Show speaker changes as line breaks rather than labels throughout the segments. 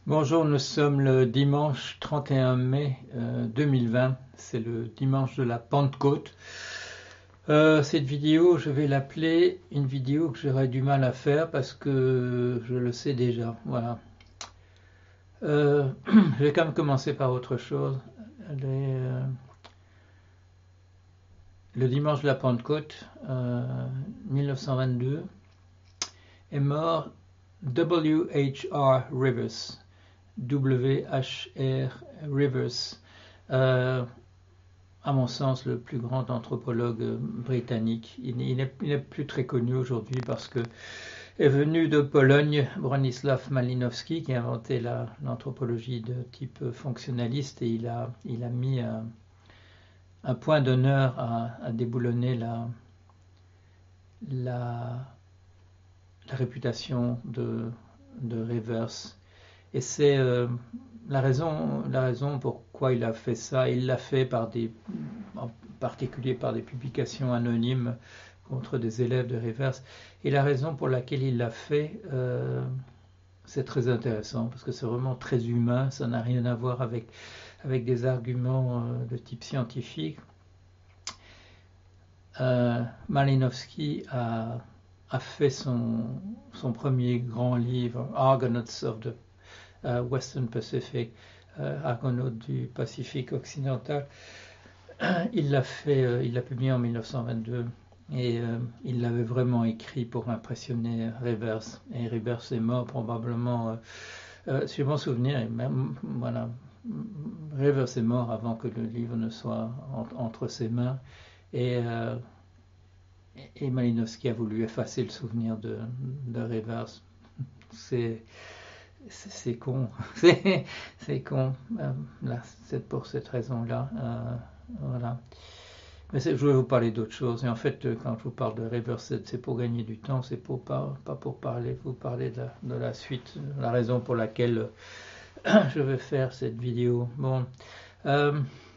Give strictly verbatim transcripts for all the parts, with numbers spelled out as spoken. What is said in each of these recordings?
Bonjour, nous sommes le dimanche trente et un mai euh, deux mille vingt, c'est le dimanche de la Pentecôte. Euh, cette vidéo, je vais l'appeler une vidéo que j'aurais du mal à faire parce que je le sais déjà. Voilà. Euh, je vais quand même commencer par autre chose. Les, euh, le dimanche de la Pentecôte, euh, mille neuf cent vingt-deux, est mort W H R Rivers. W H R Rivers. Euh, à mon sens, le plus grand anthropologue britannique. Il, il n'est plus très connu aujourd'hui parce que est venu de Pologne Bronisław Malinowski qui a inventé l'anthropologie de type fonctionnaliste et il a, il a mis un, un point d'honneur à, à déboulonner la, la, la réputation de, de Rivers. Et c'est euh, la raison, la raison pourquoi il a fait ça. Il l'a fait par des, en particulier par des publications anonymes contre des élèves de Rivers. Et la raison pour laquelle il l'a fait, euh, c'est très intéressant parce que c'est vraiment très humain. Ça n'a rien à voir avec avec des arguments euh, de type scientifique. Euh, Malinowski a, a fait son, son premier grand livre, Argonauts of the Uh, Western Pacific, uh, Argonautes du Pacifique occidental. Il l'a fait, euh, il l'a publié en mille neuf cent vingt-deux et euh, il l'avait vraiment écrit pour impressionner Rivers. Et Rivers est mort probablement, euh, euh, si je m'en souviens, même, voilà, Rivers est mort avant que le livre ne soit en, entre ses mains et, euh, et Malinowski a voulu effacer le souvenir de, de Rivers. C'est c'est con, c'est con. Euh, là, c'est pour cette raison-là. Euh, voilà. Mais je voulais vous parler d'autre chose. Et en fait, quand je vous parle de Rivers, c'est pour gagner du temps, c'est pour pas, pas pour parler, vous parler de la, de la suite, la raison pour laquelle je vais faire cette vidéo. Bon, euh,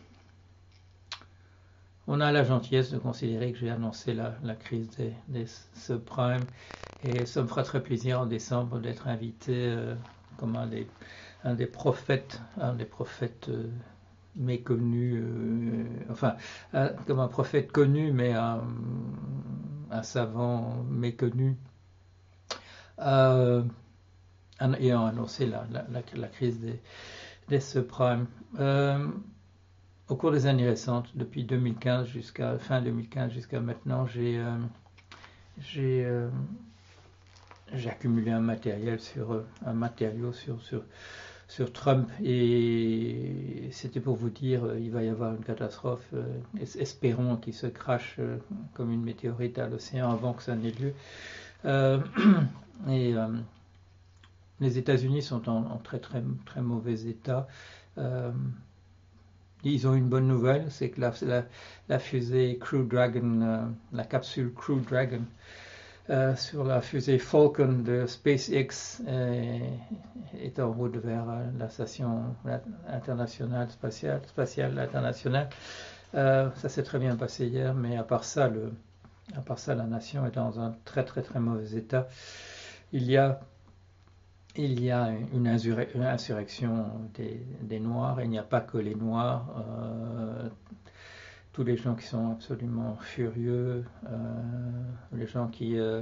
on a la gentillesse de considérer que j'ai annoncé la, la crise des, des subprimes et ça me fera très plaisir en décembre d'être invité euh, comme un des, un des prophètes, un des prophètes euh, méconnus, euh, enfin, un, comme un prophète connu, mais un, un savant méconnu, euh, ayant annoncé la, la, la, la crise des, des subprimes. Euh, au cours des années récentes, depuis deux mille quinze jusqu'à fin deux mille quinze jusqu'à maintenant, j'ai euh, j'ai euh, j'ai accumulé un matériel sur un matériau sur sur sur Trump et c'était pour vous dire il va y avoir une catastrophe. Espérons qu'il se crache comme une météorite à l'océan avant que ça n'ait lieu. Euh, et euh, les États-Unis sont en, en très très très mauvais état. Euh, Ils ont une bonne nouvelle, c'est que la, la, la fusée Crew Dragon, euh, la capsule Crew Dragon, euh, sur la fusée Falcon de SpaceX euh, est en route vers euh, la station internationale spatiale, spatiale internationale. Euh, ça s'est très bien passé hier, mais à part ça, le, à part ça, la nation est dans un très très très mauvais état. Il y a il y a une, insur- une insurrection des, des Noirs, et il n'y a pas que les Noirs, euh, tous les gens qui sont absolument furieux, euh, les gens qui, euh,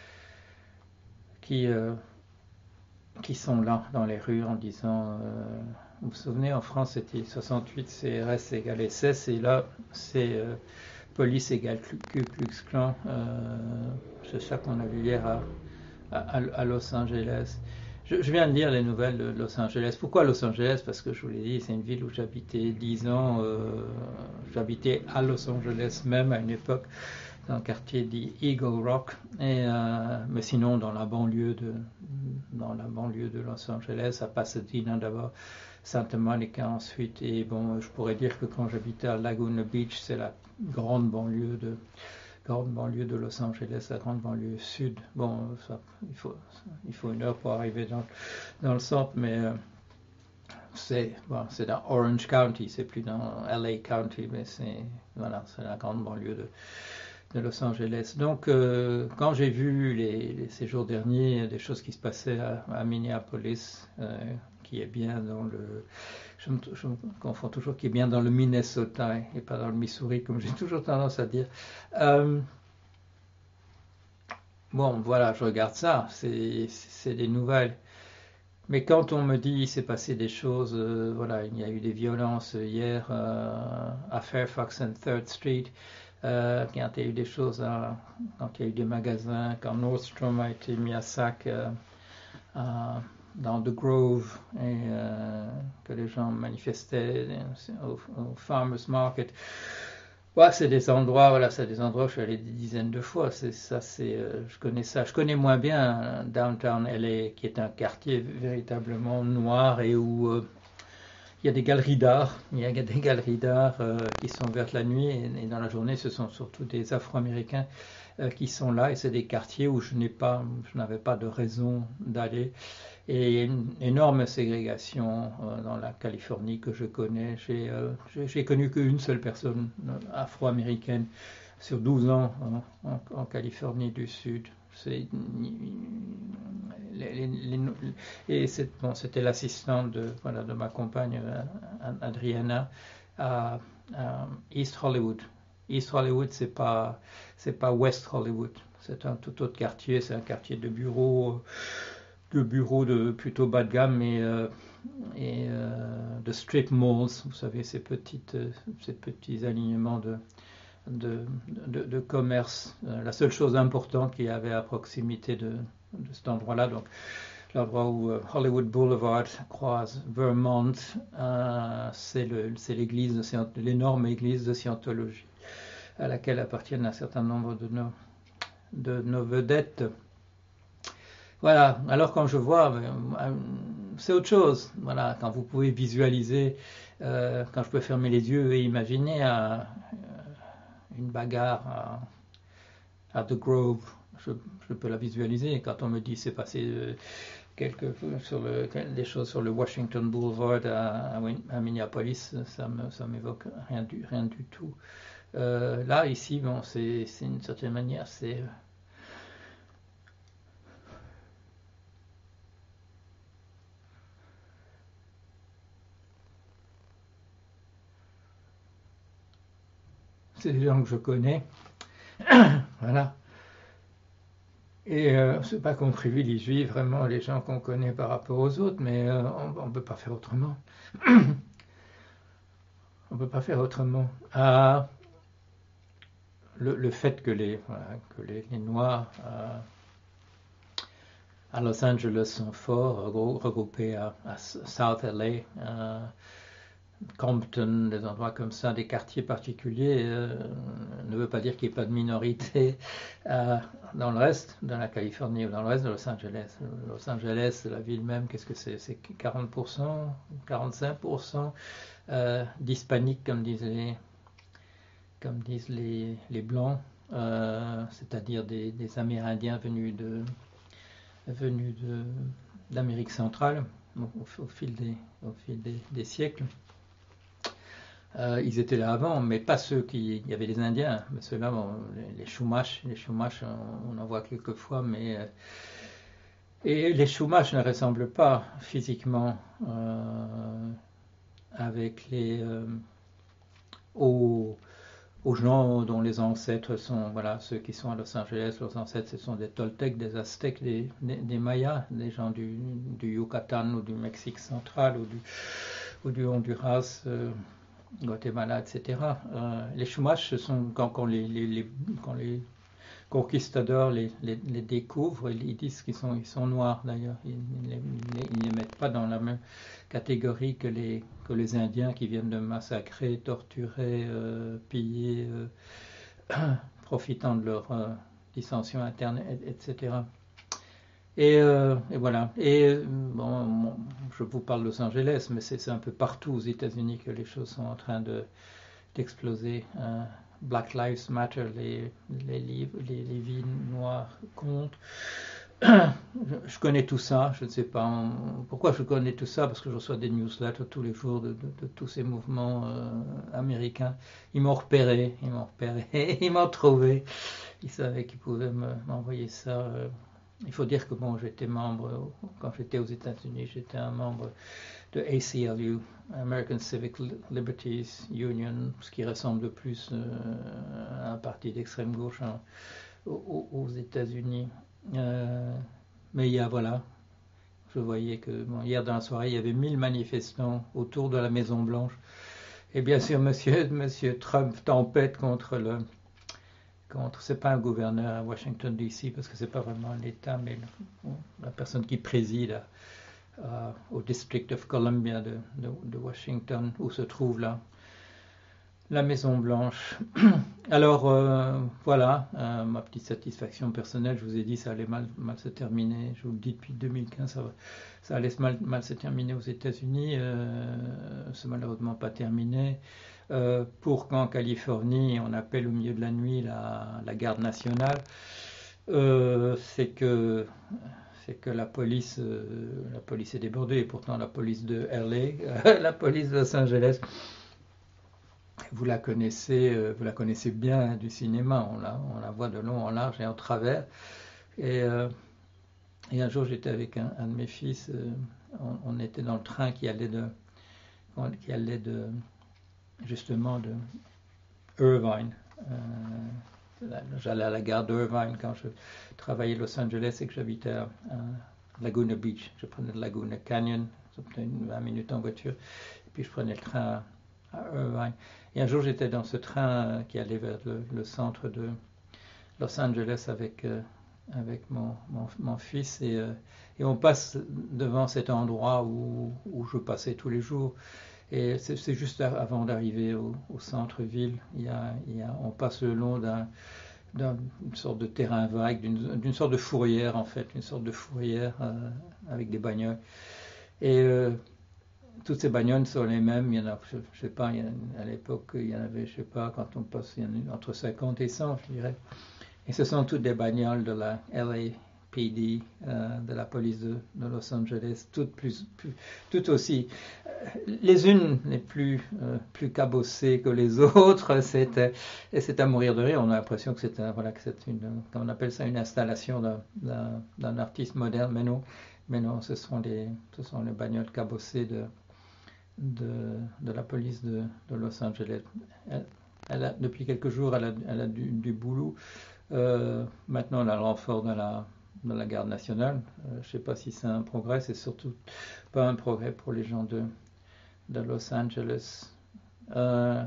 qui, euh, qui sont là dans les rues en disant, euh, vous vous souvenez, en France c'était soixante-huit C R S égale S S, et là c'est euh, police égale Ku Klux Klan, euh, c'est ça qu'on a vu hier à, à, à Los Angeles. Je, je viens de lire les nouvelles de Los Angeles. Pourquoi Los Angeles? Parce que je vous l'ai dit, c'est une ville où j'habitais dix ans. Euh, j'habitais à Los Angeles même à une époque, dans le quartier dit Eagle Rock. Et, euh, mais sinon, dans la banlieue de, dans la banlieue de Los Angeles, à Pasadena d'abord, Santa Monica ensuite. Et bon, je pourrais dire que quand j'habitais à Laguna Beach, c'est la grande banlieue de grande banlieue de Los Angeles, la grande banlieue sud. Bon, ça, il, faut, il faut une heure pour arriver dans, dans le centre, mais euh, c'est bon, dans Orange County, c'est plus dans L A County, mais c'est voilà, c'est la grande banlieue de, de Los Angeles. Donc, euh, quand j'ai vu les, les, ces jours derniers des choses qui se passaient à, à Minneapolis, euh, qui est bien dans le... Je me, je me confonds toujours, qui est bien dans le Minnesota et pas dans le Missouri, comme j'ai toujours tendance à dire. Euh, bon, voilà, je regarde ça, c'est, c'est des nouvelles. Mais quand on me dit il s'est passé des choses, euh, voilà, il y a eu des violences hier euh, à Fairfax and third Street, euh, quand il y a eu des choses, à, quand il y a eu des magasins, quand Nordstrom a été mis à sac euh, à, dans The Grove et euh, que les gens manifestaient au, au Farmers Market. Ouais, c'est des endroits, voilà, c'est des endroits où je suis allé des dizaines de fois. C'est ça, c'est, euh, je connais ça. Je connais moins bien euh, Downtown L A, qui est un quartier véritablement noir et où euh, il y a des galeries d'art. Il y a des galeries d'art euh, qui sont ouvertes la nuit et, et dans la journée, ce sont surtout des Afro-Américains euh, qui sont là. Et c'est des quartiers où je n'ai pas, je n'avais pas de raison d'aller. Et il y a une énorme ségrégation euh, dans la Californie que je connais. J'ai, euh, j'ai, j'ai connu qu'une seule personne euh, afro-américaine sur douze ans en, en, en Californie du Sud. C'est, les, les, les, et c'est, bon, c'était l'assistante de, voilà, de ma compagne Adriana à, à East Hollywood. East Hollywood, c'est pas, c'est pas West Hollywood. C'est un tout autre quartier. C'est un quartier de bureaux. de bureaux de plutôt bas de gamme et, euh, et euh, de strip malls, vous savez, ces, petites, euh, ces petits alignements de, de, de, de commerce. Euh, la seule chose importante qu'il y avait à proximité de, de cet endroit-là, donc l'endroit où euh, Hollywood Boulevard croise Vermont, euh, c'est, le, c'est l'église de, l'énorme église de Scientologie à laquelle appartiennent un certain nombre de nos, de nos vedettes. Voilà, alors quand je vois, euh, c'est autre chose. Voilà, quand vous pouvez visualiser, euh, quand je peux fermer les yeux et imaginer euh, une bagarre à, à The Grove, je, je peux la visualiser. Et quand on me dit c'est passé euh, quelque, sur le, des choses sur le Washington Boulevard à, à Minneapolis, ça me, ça m'évoque rien du, rien du tout. Euh, là, ici, bon, c'est, c'est d'une certaine manière, c'est c'est des gens que je connais, voilà. Et euh, c'est pas qu'on privilégie vraiment les gens qu'on connaît par rapport aux autres, mais euh, on ne peut pas faire autrement. On ne peut pas faire autrement. Ah, le, le fait que les, voilà, que les, les Noirs euh, à Los Angeles sont forts, regroupés à, à South L A, euh, Compton, des endroits comme ça, des quartiers particuliers, euh, ne veut pas dire qu'il n'y ait pas de minorité euh, dans le reste de la Californie ou dans le reste de Los Angeles. Los Angeles, la ville même, qu'est-ce que c'est? C'est quarante pour cent, quarante-cinq pour cent euh, d'hispaniques, comme disent les, comme disent les, les Blancs, euh, c'est-à-dire des, des Amérindiens venus de venus de, d'Amérique centrale au, au fil des, au fil des, des siècles. Euh, ils étaient là avant, mais pas ceux qui... Il y avait les Indiens, mais ceux-là, bon, les, les Chumash, les Chumash, on, on en voit quelques fois, mais... Euh, et les Chumash ne ressemblent pas physiquement euh, avec les... Euh, aux, aux gens dont les ancêtres sont... Voilà, ceux qui sont à Los Angeles, leurs ancêtres, ce sont des Toltecs, des Aztèques, des, des, des Mayas, des gens du, du Yucatan ou du Mexique central ou du, ou du Honduras... Euh, Guatemala, et cetera. Euh, les Chumash, ce sont quand, quand, les, les, les, quand les conquistadors les, les, les découvrent, ils disent qu'ils sont, ils sont noirs d'ailleurs. Ils ne les, les, les mettent pas dans la même catégorie que les, que les Indiens qui viennent de massacrer, torturer, euh, piller, euh, profitant de leur euh, dissension interne, et cetera. Et, euh, et voilà. Et bon, je vous parle de Los Angeles, mais c'est, c'est un peu partout aux États-Unis que les choses sont en train de, d'exploser. Euh, Black Lives Matter, les, les, livres, les, les vies noires comptent. Je connais tout ça, je ne sais pas on, pourquoi je connais tout ça, parce que je reçois des newsletters tous les jours de, de, de tous ces mouvements euh, américains. Ils m'ont repéré, ils m'ont repéré, ils m'ont trouvé. Ils savaient qu'ils pouvaient me, m'envoyer ça. Euh, il faut dire que bon, j'étais membre, quand j'étais aux États-Unis, j'étais un membre de A C L U, American Civic Liberties Union, ce qui ressemble plus euh, à un parti d'extrême gauche hein, aux, aux États-Unis. Euh, mais il y a, voilà, je voyais que bon, hier dans la soirée, il y avait mille manifestants autour de la Maison Blanche. Et bien sûr, monsieur, monsieur Trump tempête contre le... contre, c'est pas un gouverneur à Washington D C parce que c'est pas vraiment un État, mais le, la personne qui préside à, à, au District of Columbia de, de, de Washington, où se trouve là la Maison Blanche. Alors euh, voilà, euh, ma petite satisfaction personnelle, je vous ai dit ça allait mal, mal se terminer, je vous le dis depuis deux mille quinze, ça, ça allait mal, mal se terminer aux États-Unis, euh, c'est malheureusement pas terminé. Euh, pour qu'en Californie on appelle au milieu de la nuit la, la garde nationale, euh, c'est que c'est que la police, euh, la police est débordée, et pourtant la police de L A, la police de Los Angeles, vous la connaissez, euh, vous la connaissez bien du cinéma, on la, on la voit de long en large et en travers. Et, euh, et un jour j'étais avec un, un de mes fils, euh, on, on était dans le train qui allait de, qui allait de justement de Irvine. Euh, J'allais à la gare d'Irvine quand je travaillais à Los Angeles et que j'habitais à, à Laguna Beach. Je prenais le Laguna Canyon, c'était vingt minutes en voiture, et puis je prenais le train à, à Irvine. Et un jour j'étais dans ce train qui allait vers le, le centre de Los Angeles avec, euh, avec mon, mon, mon fils et, euh, et on passe devant cet endroit où, où je passais tous les jours. Et c'est, c'est juste avant d'arriver au, au centre-ville, il y a, il y a, on passe le long d'un, d'une sorte de terrain vague, d'une, d'une sorte de fourrière en fait, une sorte de fourrière euh, avec des bagnoles. Et euh, toutes ces bagnoles sont les mêmes, il y en a, je, je sais pas, il y a, à l'époque il y en avait, je sais pas, quand on passe, il y en a entre cinquante et cent, je dirais. Et ce sont toutes des bagnoles de la L A P D, euh, de la police de, de Los Angeles, toutes, plus, plus, toutes aussi, euh, les unes les plus, euh, plus cabossées que les autres, c'est, euh, et c'est à mourir de rire, on a l'impression que c'est, un, voilà, que c'est une, comment on appelle ça, une installation d'un, d'un, d'un artiste moderne, mais non, mais non, ce sont les, ce sont les bagnoles cabossées de, de, de la police de, de Los Angeles. Elle, elle a, depuis quelques jours, elle a, elle a du, du boulot. Euh, maintenant, on a le renfort de la, de la garde nationale. Euh, je ne sais pas si c'est un progrès, c'est surtout pas un progrès pour les gens de, de Los Angeles. Euh,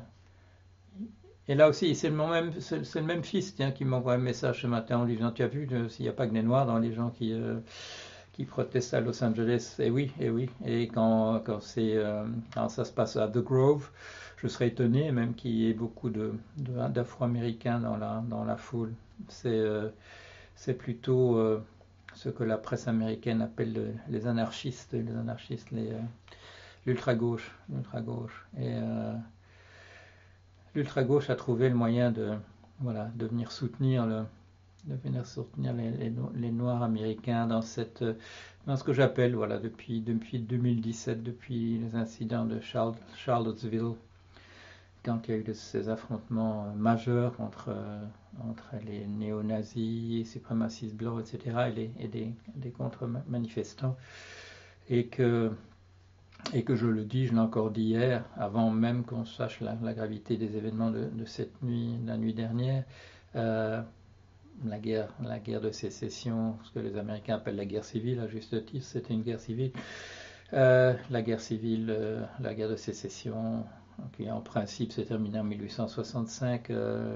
et là aussi, c'est le même, c'est, c'est le même fils tiens, qui m'envoie un message ce matin en lui disant tu as vu euh, s'il n'y a pas que des noirs dans les gens qui, euh, qui protestent à Los Angeles. Et oui, et oui. Et quand, quand, c'est, euh, quand ça se passe à The Grove, je serais étonné même qu'il y ait beaucoup de, de, d'Afro-Américains dans la, dans la foule. C'est, euh, c'est plutôt euh, ce que la presse américaine appelle le, les anarchistes, les anarchistes, les, euh, l'ultra-gauche, l'ultra-gauche. Et euh, l'ultra-gauche a trouvé le moyen de, voilà, de venir soutenir le, de venir soutenir les, les, les Noirs américains dans cette, dans ce que j'appelle, voilà, depuis, depuis deux mille dix-sept, depuis les incidents de Charles, Charlottesville, quand il y a eu de, ces affrontements euh, majeurs entre, euh, entre les néo-nazis, suprémacistes blancs, et cetera, et, les, et des, des contre-manifestants, et que, et que je le dis, je l'ai encore dit hier, avant même qu'on sache la, la gravité des événements de, de cette nuit, la nuit dernière, euh, la guerre, la guerre de sécession, ce que les Américains appellent la guerre civile, à juste titre, c'était une guerre civile. Euh, la guerre civile, euh, la guerre de sécession, qui en principe s'est terminée en mille huit cent soixante-cinq, euh,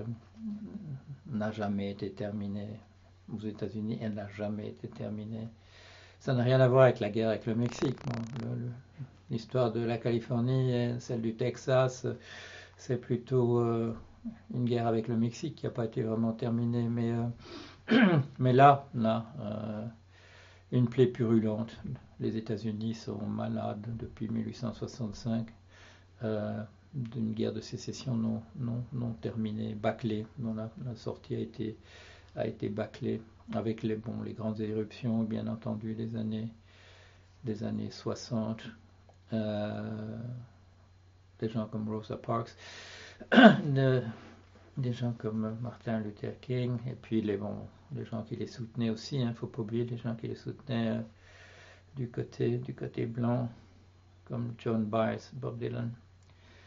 n'a jamais été terminée aux États-Unis, elle n'a jamais été terminée. Ça n'a rien à voir avec la guerre avec le Mexique. Bon, le, le, l'histoire de la Californie, celle du Texas, c'est plutôt euh, une guerre avec le Mexique qui n'a pas été vraiment terminée. Mais, euh, mais là, là euh, une plaie purulente. Les États-Unis sont malades depuis mille huit cent soixante-cinq. Euh, d'une guerre de sécession non, non, non terminée, bâclée, dont la, la sortie a été, a été bâclée, avec les, bon, les grandes éruptions, bien entendu, des années, des années soixante, euh, des gens comme Rosa Parks. ne, des gens comme Martin Luther King, et puis les, bon, les gens qui les soutenaient aussi, il hein, ne faut pas oublier les gens qui les soutenaient euh, du, côté, du côté blanc, comme Joan Baez, Bob Dylan.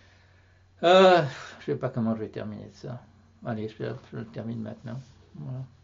Euh, je ne sais pas comment je vais terminer ça. Allez, je, je le termine maintenant. Voilà.